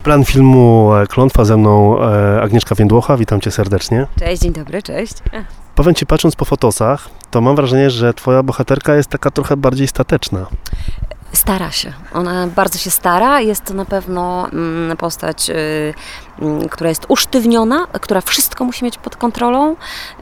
Plan filmu Klątwa, ze mną Agnieszka Więdłocha, witam Cię serdecznie. Cześć, dzień dobry, cześć. Powiem Ci, patrząc po fotosach, to mam wrażenie, że Twoja bohaterka jest taka trochę bardziej stateczna. Stara się. Ona bardzo się stara. Jest to na pewno postać, która jest usztywniona, która wszystko musi mieć pod kontrolą,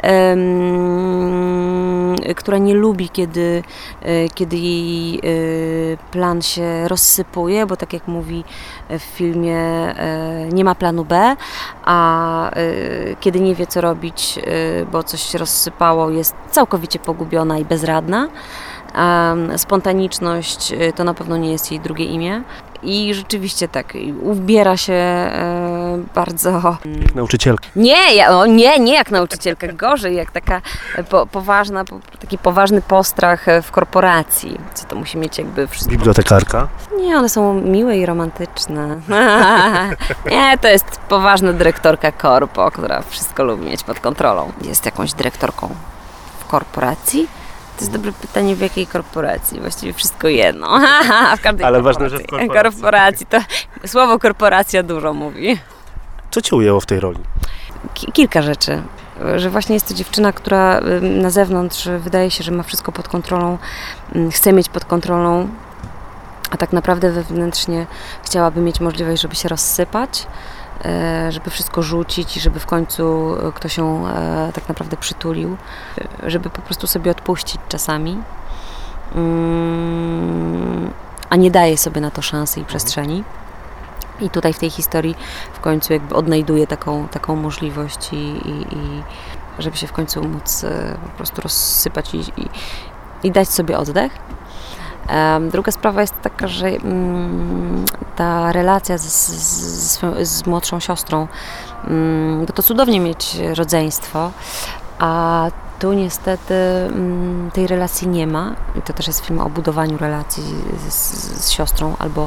która nie lubi, kiedy jej plan się rozsypuje, bo tak jak mówi w filmie, nie ma planu B, a kiedy nie wie, co robić, bo coś się rozsypało, jest całkowicie pogubiona i bezradna. Spontaniczność to na pewno nie jest jej drugie imię i rzeczywiście tak, ubiera się bardzo... Jak nauczycielka. Nie jak nauczycielka, gorzej, jak taka poważna, taki poważny postrach w korporacji, co to musi mieć jakby wszystko. Bibliotekarka? Nie, one są miłe i romantyczne. Nie, to jest poważna dyrektorka korpo, która wszystko lubi mieć pod kontrolą. Jest jakąś dyrektorką w korporacji. To jest dobre pytanie, w jakiej korporacji? Właściwie wszystko jedno. W każdej ale ważne, że w korporacji. To słowo korporacja dużo mówi. Co Cię ujęło w tej roli? Kilka rzeczy. Że właśnie jest to dziewczyna, która na zewnątrz wydaje się, że ma wszystko pod kontrolą, chce mieć pod kontrolą, a tak naprawdę wewnętrznie chciałaby mieć możliwość, żeby się rozsypać, żeby wszystko rzucić i żeby w końcu ktoś ją tak naprawdę przytulił, żeby po prostu sobie odpuścić czasami, a nie daje sobie na to szansy i przestrzeni. I tutaj w tej historii w końcu jakby odnajduje taką możliwość i żeby się w końcu móc po prostu rozsypać i dać sobie oddech. Druga sprawa jest taka, że ta relacja z młodszą siostrą, bo to cudownie mieć rodzeństwo, a tu niestety tej relacji nie ma. I to też jest film o budowaniu relacji z siostrą albo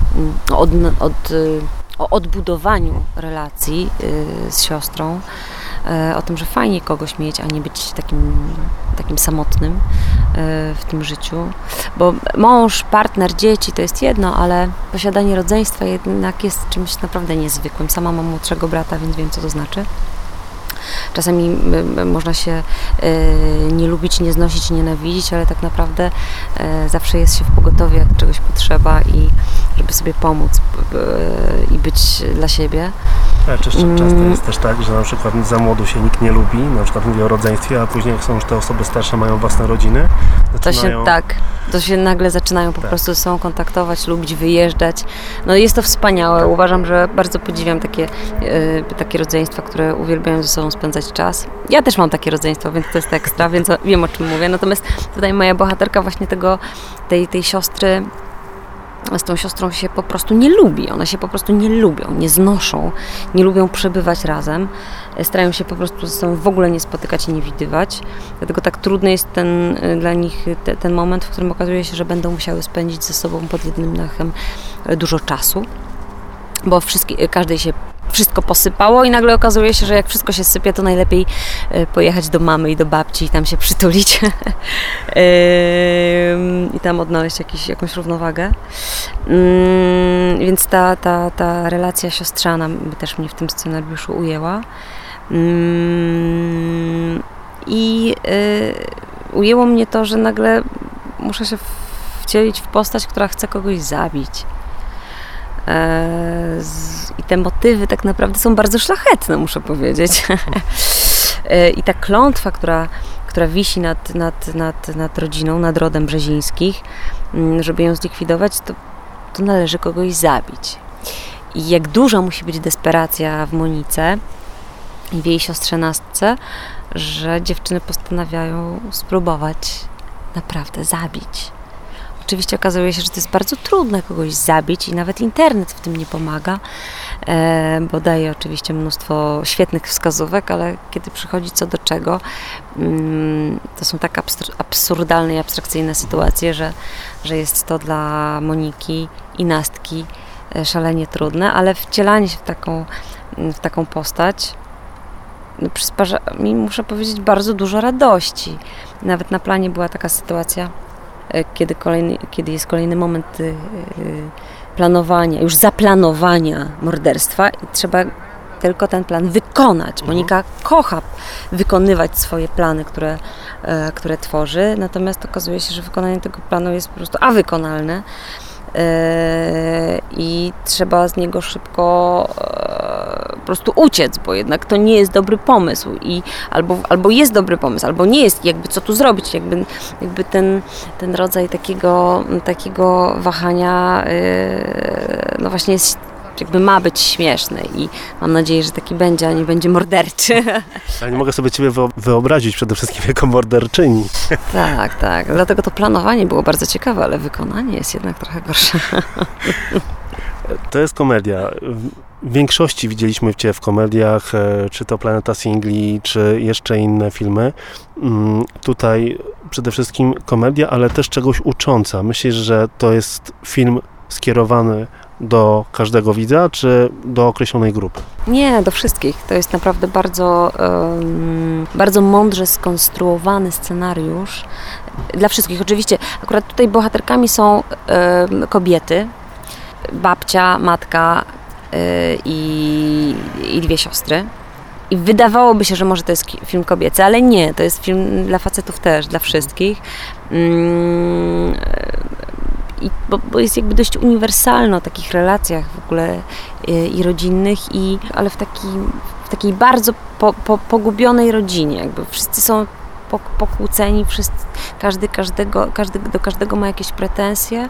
o odbudowaniu relacji z siostrą. O tym, że fajnie kogoś mieć, a nie być takim samotnym w tym życiu. Bo mąż, partner, dzieci to jest jedno, ale posiadanie rodzeństwa jednak jest czymś naprawdę niezwykłym. Sama mam młodszego brata, więc wiem, co to znaczy. Czasami można się nie lubić, nie znosić, nienawidzić, ale tak naprawdę zawsze jest się w pogotowiu, jak czegoś potrzeba i żeby sobie pomóc i być dla siebie. Często jest też tak, że na przykład za młodu się nikt nie lubi, na przykład mówię o rodzeństwie, a później jak są już te osoby starsze, mają własne rodziny. To się nagle zaczynają po prostu ze sobą kontaktować, lubić, wyjeżdżać. No jest to wspaniałe. Uważam, że bardzo podziwiam takie rodzeństwa, które uwielbiają ze sobą spędzać czas. Ja też mam takie rodzeństwo, więc to jest ekstra, więc wiem, o czym mówię. Natomiast tutaj moja bohaterka właśnie tej siostry, z tą siostrą się po prostu nie lubi. One się po prostu nie lubią, nie znoszą, nie lubią przebywać razem. Starają się po prostu ze sobą w ogóle nie spotykać i nie widywać. Dlatego tak trudny jest dla nich ten moment, w którym okazuje się, że będą musiały spędzić ze sobą pod jednym dachem dużo czasu. Bo każdej się wszystko posypało i nagle okazuje się, że jak wszystko się sypie, to najlepiej pojechać do mamy i do babci i tam się przytulić i tam odnaleźć jakąś równowagę. Więc ta relacja siostrzana też mnie w tym scenariuszu ujęła. I ujęło mnie to, że nagle muszę się wcielić w postać, która chce kogoś zabić. I te motywy tak naprawdę są bardzo szlachetne, muszę powiedzieć. I ta klątwa, która wisi nad rodziną, nad rodem Brzezińskich, żeby ją zlikwidować, to należy kogoś zabić. I jak duża musi być desperacja w Monice i w jej siostrzeniastce, że dziewczyny postanawiają spróbować naprawdę zabić. Oczywiście okazuje się, że to jest bardzo trudne kogoś zabić i nawet internet w tym nie pomaga, bo daje oczywiście mnóstwo świetnych wskazówek, ale kiedy przychodzi co do czego, to są tak absurdalne i abstrakcyjne sytuacje, że jest to dla Moniki i Nastki szalenie trudne, ale wcielanie się w taką postać przysparza mi, muszę powiedzieć, bardzo dużo radości. Nawet na planie była taka sytuacja, kiedy jest kolejny moment zaplanowania morderstwa i trzeba tylko ten plan wykonać. Monika kocha wykonywać swoje plany, które tworzy, natomiast okazuje się, że wykonanie tego planu jest po prostu wykonalne i trzeba z niego szybko po prostu uciec, bo jednak to nie jest dobry pomysł i albo jest dobry pomysł, albo nie jest, jakby co tu zrobić, jakby ten rodzaj takiego wahania no właśnie jest, jakby ma być śmieszny i mam nadzieję, że taki będzie, a nie będzie morderczy. Ja nie mogę sobie ciebie wyobrazić przede wszystkim jako morderczyni. Tak. Dlatego to planowanie było bardzo ciekawe, ale wykonanie jest jednak trochę gorsze. To jest komedia. W większości widzieliśmy Cię w komediach, czy to Planeta Singli, czy jeszcze inne filmy. Tutaj przede wszystkim komedia, ale też czegoś ucząca. Myślisz, że to jest film skierowany do każdego widza, czy do określonej grupy? Nie, do wszystkich. To jest naprawdę bardzo mądrze skonstruowany scenariusz dla wszystkich. Oczywiście akurat tutaj bohaterkami są kobiety, babcia, matka i dwie siostry. I wydawałoby się, że może to jest film kobiecy, ale nie, to jest film dla facetów też, dla wszystkich. Bo jest jakby dość uniwersalny o takich relacjach w ogóle i rodzinnych, ale w takiej bardzo pogubionej rodzinie. Jakby wszyscy są pokłóceni, każdy do każdego ma jakieś pretensje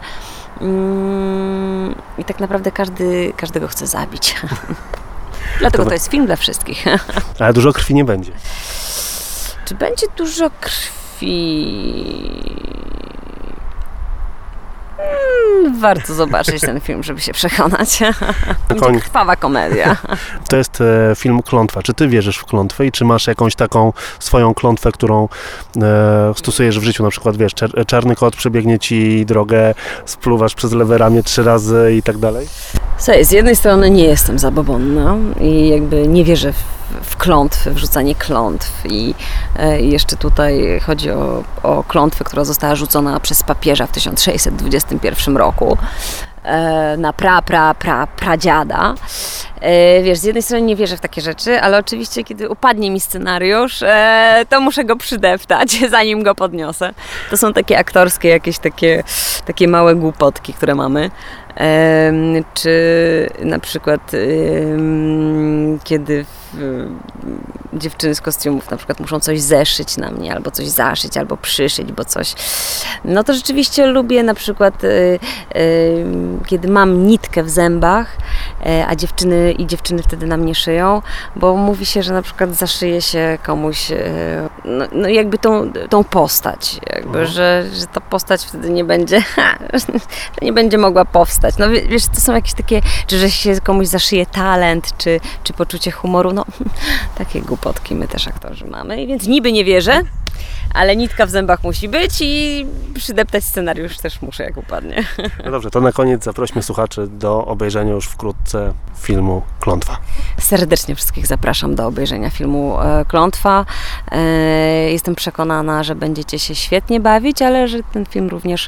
i tak naprawdę każdego chce zabić. Dlatego to jest film dla wszystkich. Ale dużo krwi nie będzie. Czy będzie dużo krwi? Warto zobaczyć ten film, żeby się przekonać. Będzie krwawa komedia. To jest film Klątwa. Czy ty wierzysz w klątwę i czy masz jakąś taką swoją klątwę, którą stosujesz w życiu? Na przykład, wiesz, czarny kot przebiegnie ci drogę, spluwasz przez lewe ramię 3 razy i tak dalej? Słuchaj, z jednej strony nie jestem zabobonna i jakby nie wierzę w klątwy, w rzucanie klątw i jeszcze tutaj chodzi o klątwę, która została rzucona przez papieża w 1621 roku na pradziada. Wiesz, z jednej strony nie wierzę w takie rzeczy, ale oczywiście kiedy upadnie mi scenariusz, to muszę go przydeptać, zanim go podniosę. To są takie aktorskie jakieś takie małe głupotki, które mamy. Czy na przykład kiedy dziewczyny z kostiumów na przykład muszą coś zeszyć na mnie, albo coś zaszyć, albo przyszyć, bo coś... No to rzeczywiście lubię na przykład kiedy mam nitkę w zębach, a dziewczyny wtedy na mnie szyją, bo mówi się, że na przykład zaszyje się komuś no jakby tą postać, jakby, że ta postać wtedy nie będzie nie będzie mogła powstać. No wiesz, to są jakieś takie, czy że się komuś zaszyje talent, czy poczucie humoru, no takie głupotki my też aktorzy mamy, więc niby nie wierzę, ale nitka w zębach musi być i przydeptać scenariusz też muszę, jak upadnie. No dobrze, to na koniec zaprośmy słuchaczy do obejrzenia już wkrótce filmu Klątwa. Serdecznie wszystkich zapraszam do obejrzenia filmu Klątwa. Jestem przekonana, że będziecie się świetnie bawić, ale że ten film również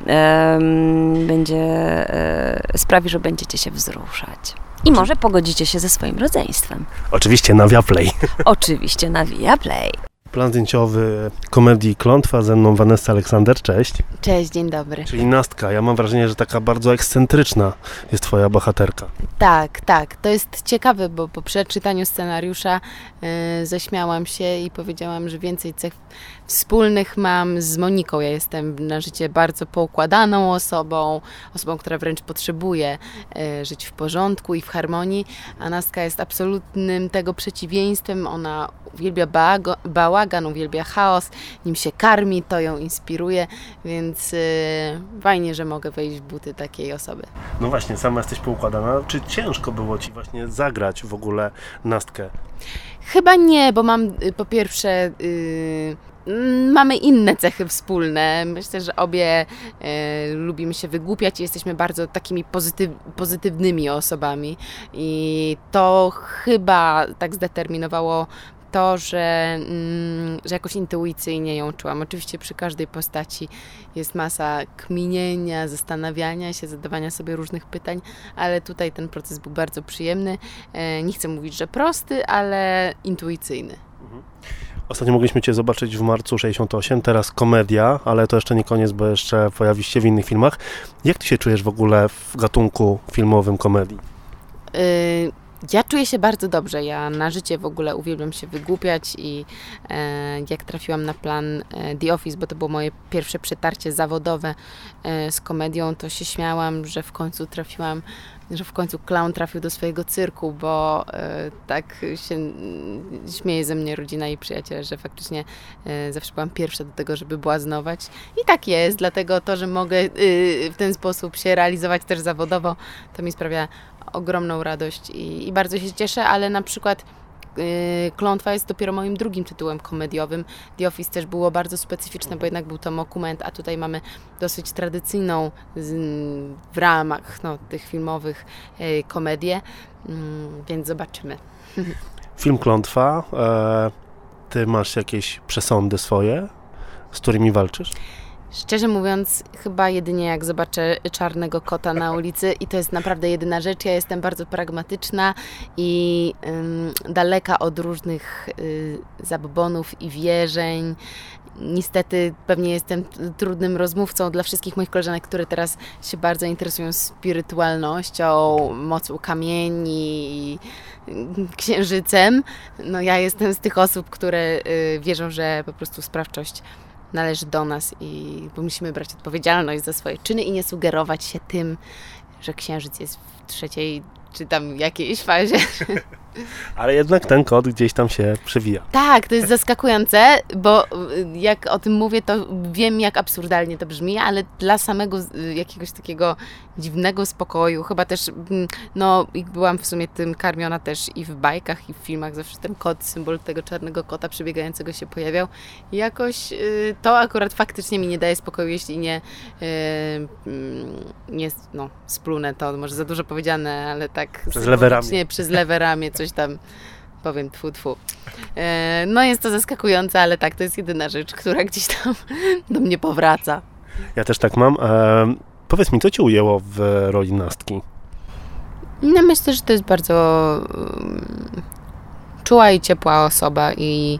sprawi, że będziecie się wzruszać. I może pogodzicie się ze swoim rodzeństwem. Oczywiście na Viaplay. Oczywiście na Viaplay. Plan zdjęciowy komedii Klątwa, ze mną Vanessa Aleksander, cześć. Cześć, dzień dobry. Czyli Nastka, ja mam wrażenie, że taka bardzo ekscentryczna jest twoja bohaterka. Tak, to jest ciekawe, bo po przeczytaniu scenariusza zaśmiałam się i powiedziałam, że więcej cech wspólnych mam z Moniką. Ja jestem na życie bardzo poukładaną osobą, która wręcz potrzebuje żyć w porządku i w harmonii, a Nastka jest absolutnym tego przeciwieństwem. Ona uwielbia bałagan, uwielbia chaos, nim się karmi, to ją inspiruje, więc fajnie, że mogę wejść w buty takiej osoby. No właśnie, sama jesteś poukładana. Czy ciężko było ci właśnie zagrać w ogóle Nastkę? Chyba nie, bo mam po pierwsze... mamy inne cechy wspólne. Myślę, że obie lubimy się wygłupiać i jesteśmy bardzo takimi pozytywnymi osobami. I to chyba tak zdeterminowało to, że jakoś intuicyjnie ją czułam. Oczywiście przy każdej postaci jest masa kminienia, zastanawiania się, zadawania sobie różnych pytań, ale tutaj ten proces był bardzo przyjemny. Nie chcę mówić, że prosty, ale intuicyjny. Ostatnio mogliśmy Cię zobaczyć w marcu 68, teraz komedia, ale to jeszcze nie koniec, bo jeszcze pojawisz się w innych filmach. Jak Ty się czujesz w ogóle w gatunku filmowym komedii? Ja czuję się bardzo dobrze. Ja na życie w ogóle uwielbiam się wygłupiać i jak trafiłam na plan The Office, bo to było moje pierwsze przetarcie zawodowe z komedią, to się śmiałam, że w końcu clown trafił do swojego cyrku, bo tak się śmieje ze mnie rodzina i przyjaciele, że faktycznie zawsze byłam pierwsza do tego, żeby błaznować. I tak jest, dlatego to, że mogę w ten sposób się realizować też zawodowo, to mi sprawia ogromną radość i bardzo się cieszę, ale na przykład Klątwa jest dopiero moim drugim tytułem komediowym. The Office też było bardzo specyficzne, bo jednak był to mockument, a tutaj mamy dosyć tradycyjną w ramach tych filmowych komedię, więc zobaczymy. Film Klątwa, Ty masz jakieś przesądy swoje, z którymi walczysz? Szczerze mówiąc, chyba jedynie jak zobaczę czarnego kota na ulicy i to jest naprawdę jedyna rzecz. Ja jestem bardzo pragmatyczna i daleka od różnych zabobonów i wierzeń. Niestety pewnie jestem trudnym rozmówcą dla wszystkich moich koleżanek, które teraz się bardzo interesują spirytualnością, mocą kamieni i księżycem. No ja jestem z tych osób, które wierzą, że po prostu sprawczość należy do nas i bo musimy brać odpowiedzialność za swoje czyny i nie sugerować się tym, że księżyc jest w trzeciej czy tam jakiejś fazie. Ale jednak ten kot gdzieś tam się przewija. Tak, to jest zaskakujące, bo jak o tym mówię, to wiem, jak absurdalnie to brzmi, ale dla samego jakiegoś takiego dziwnego spokoju, chyba też, byłam w sumie tym karmiona też i w bajkach, i w filmach, zawsze ten kot, symbol tego czarnego kota przebiegającego się pojawiał. I jakoś to akurat faktycznie mi nie daje spokoju, jeśli nie splunę, to może za dużo powiedziane, ale tak przez lewe ramię. Przez lewe ramię coś tam powiem, tfu. Jest to zaskakujące, ale tak, to jest jedyna rzecz, która gdzieś tam do mnie powraca. Ja też tak mam. Powiedz mi, co Cię ujęło w roli Nastki? Myślę, że to jest bardzo czuła i ciepła osoba i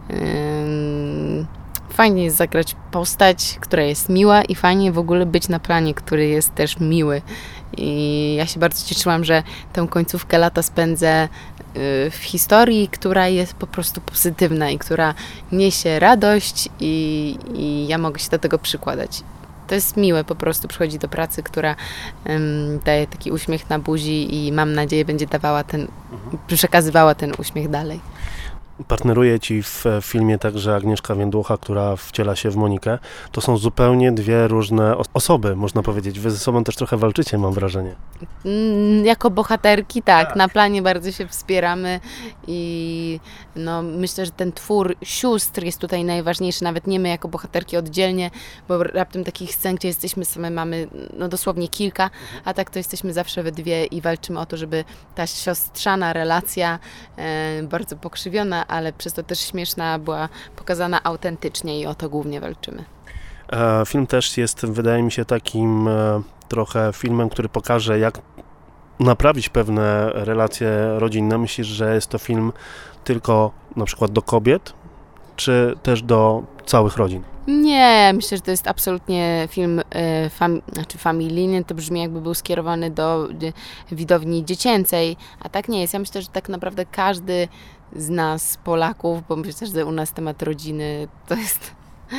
fajnie jest zagrać postać, która jest miła i fajnie w ogóle być na planie, który jest też miły. I ja się bardzo cieszyłam, że tę końcówkę lata spędzę w historii, która jest po prostu pozytywna i która niesie radość i ja mogę się do tego przykładać. To jest miłe, po prostu przychodzi do pracy, która daje taki uśmiech na buzi i mam nadzieję będzie przekazywała ten uśmiech dalej. Partneruje Ci w filmie także Agnieszka Więdłucha, która wciela się w Monikę. To są zupełnie dwie różne osoby, można powiedzieć. Wy ze sobą też trochę walczycie, mam wrażenie. Jako bohaterki, tak. Na planie bardzo się wspieramy i myślę, że ten twór sióstr jest tutaj najważniejszy. Nawet nie my jako bohaterki oddzielnie, bo raptem takich scen, gdzie jesteśmy same, mamy dosłownie kilka, a tak to jesteśmy zawsze we dwie i walczymy o to, żeby ta siostrzana relacja, bardzo pokrzywiona, ale przez to też śmieszna, była pokazana autentycznie i o to głównie walczymy. Film też jest, wydaje mi się, takim trochę filmem, który pokaże, jak naprawić pewne relacje rodzinne. Myślisz, że jest to film tylko na przykład do kobiet, czy też do całych rodzin? Nie, myślę, że to jest absolutnie film familijny, to brzmi jakby był skierowany do widowni dziecięcej, a tak nie jest. Ja myślę, że tak naprawdę każdy z nas, Polaków, bo myślę, że u nas temat rodziny to jest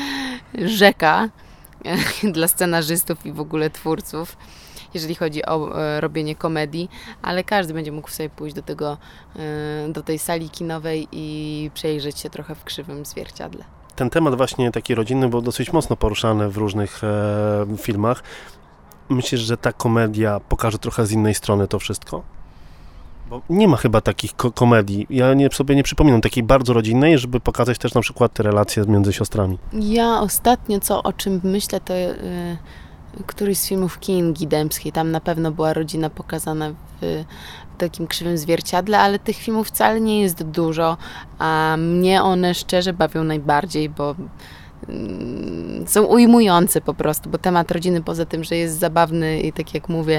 rzeka dla scenarzystów i w ogóle twórców, jeżeli chodzi o robienie komedii, ale każdy będzie mógł sobie pójść do tej sali kinowej i przejrzeć się trochę w krzywym zwierciadle. Ten temat właśnie taki rodzinny był dosyć mocno poruszany w różnych filmach. Myślisz, że ta komedia pokaże trochę z innej strony to wszystko? Bo nie ma chyba takich komedii. Ja sobie nie przypominam takiej bardzo rodzinnej, żeby pokazać też na przykład te relacje między siostrami. Ja ostatnio, o czym myślę, to któryś z filmów Kingi Dębskiej. Tam na pewno była rodzina pokazana w takim krzywym zwierciadle, ale tych filmów wcale nie jest dużo, a mnie one szczerze bawią najbardziej, bo są ujmujące po prostu, bo temat rodziny poza tym, że jest zabawny i tak jak mówię,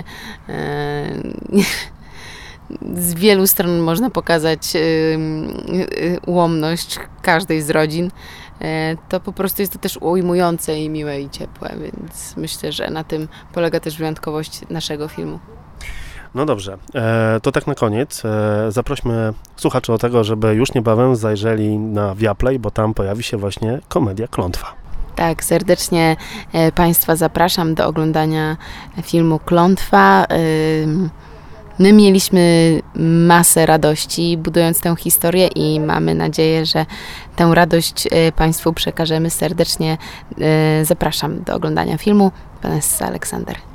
z wielu stron można pokazać ułomność każdej z rodzin, to po prostu jest to też ujmujące i miłe i ciepłe, więc myślę, że na tym polega też wyjątkowość naszego filmu. No dobrze, to tak na koniec zaprośmy słuchaczy do tego, żeby już niebawem zajrzeli na Viaplay, bo tam pojawi się właśnie komedia Klątwa. Tak, serdecznie Państwa zapraszam do oglądania filmu Klątwa. My mieliśmy masę radości budując tę historię i mamy nadzieję, że tę radość Państwu przekażemy. Serdecznie zapraszam do oglądania filmu. Vanessa Aleksander.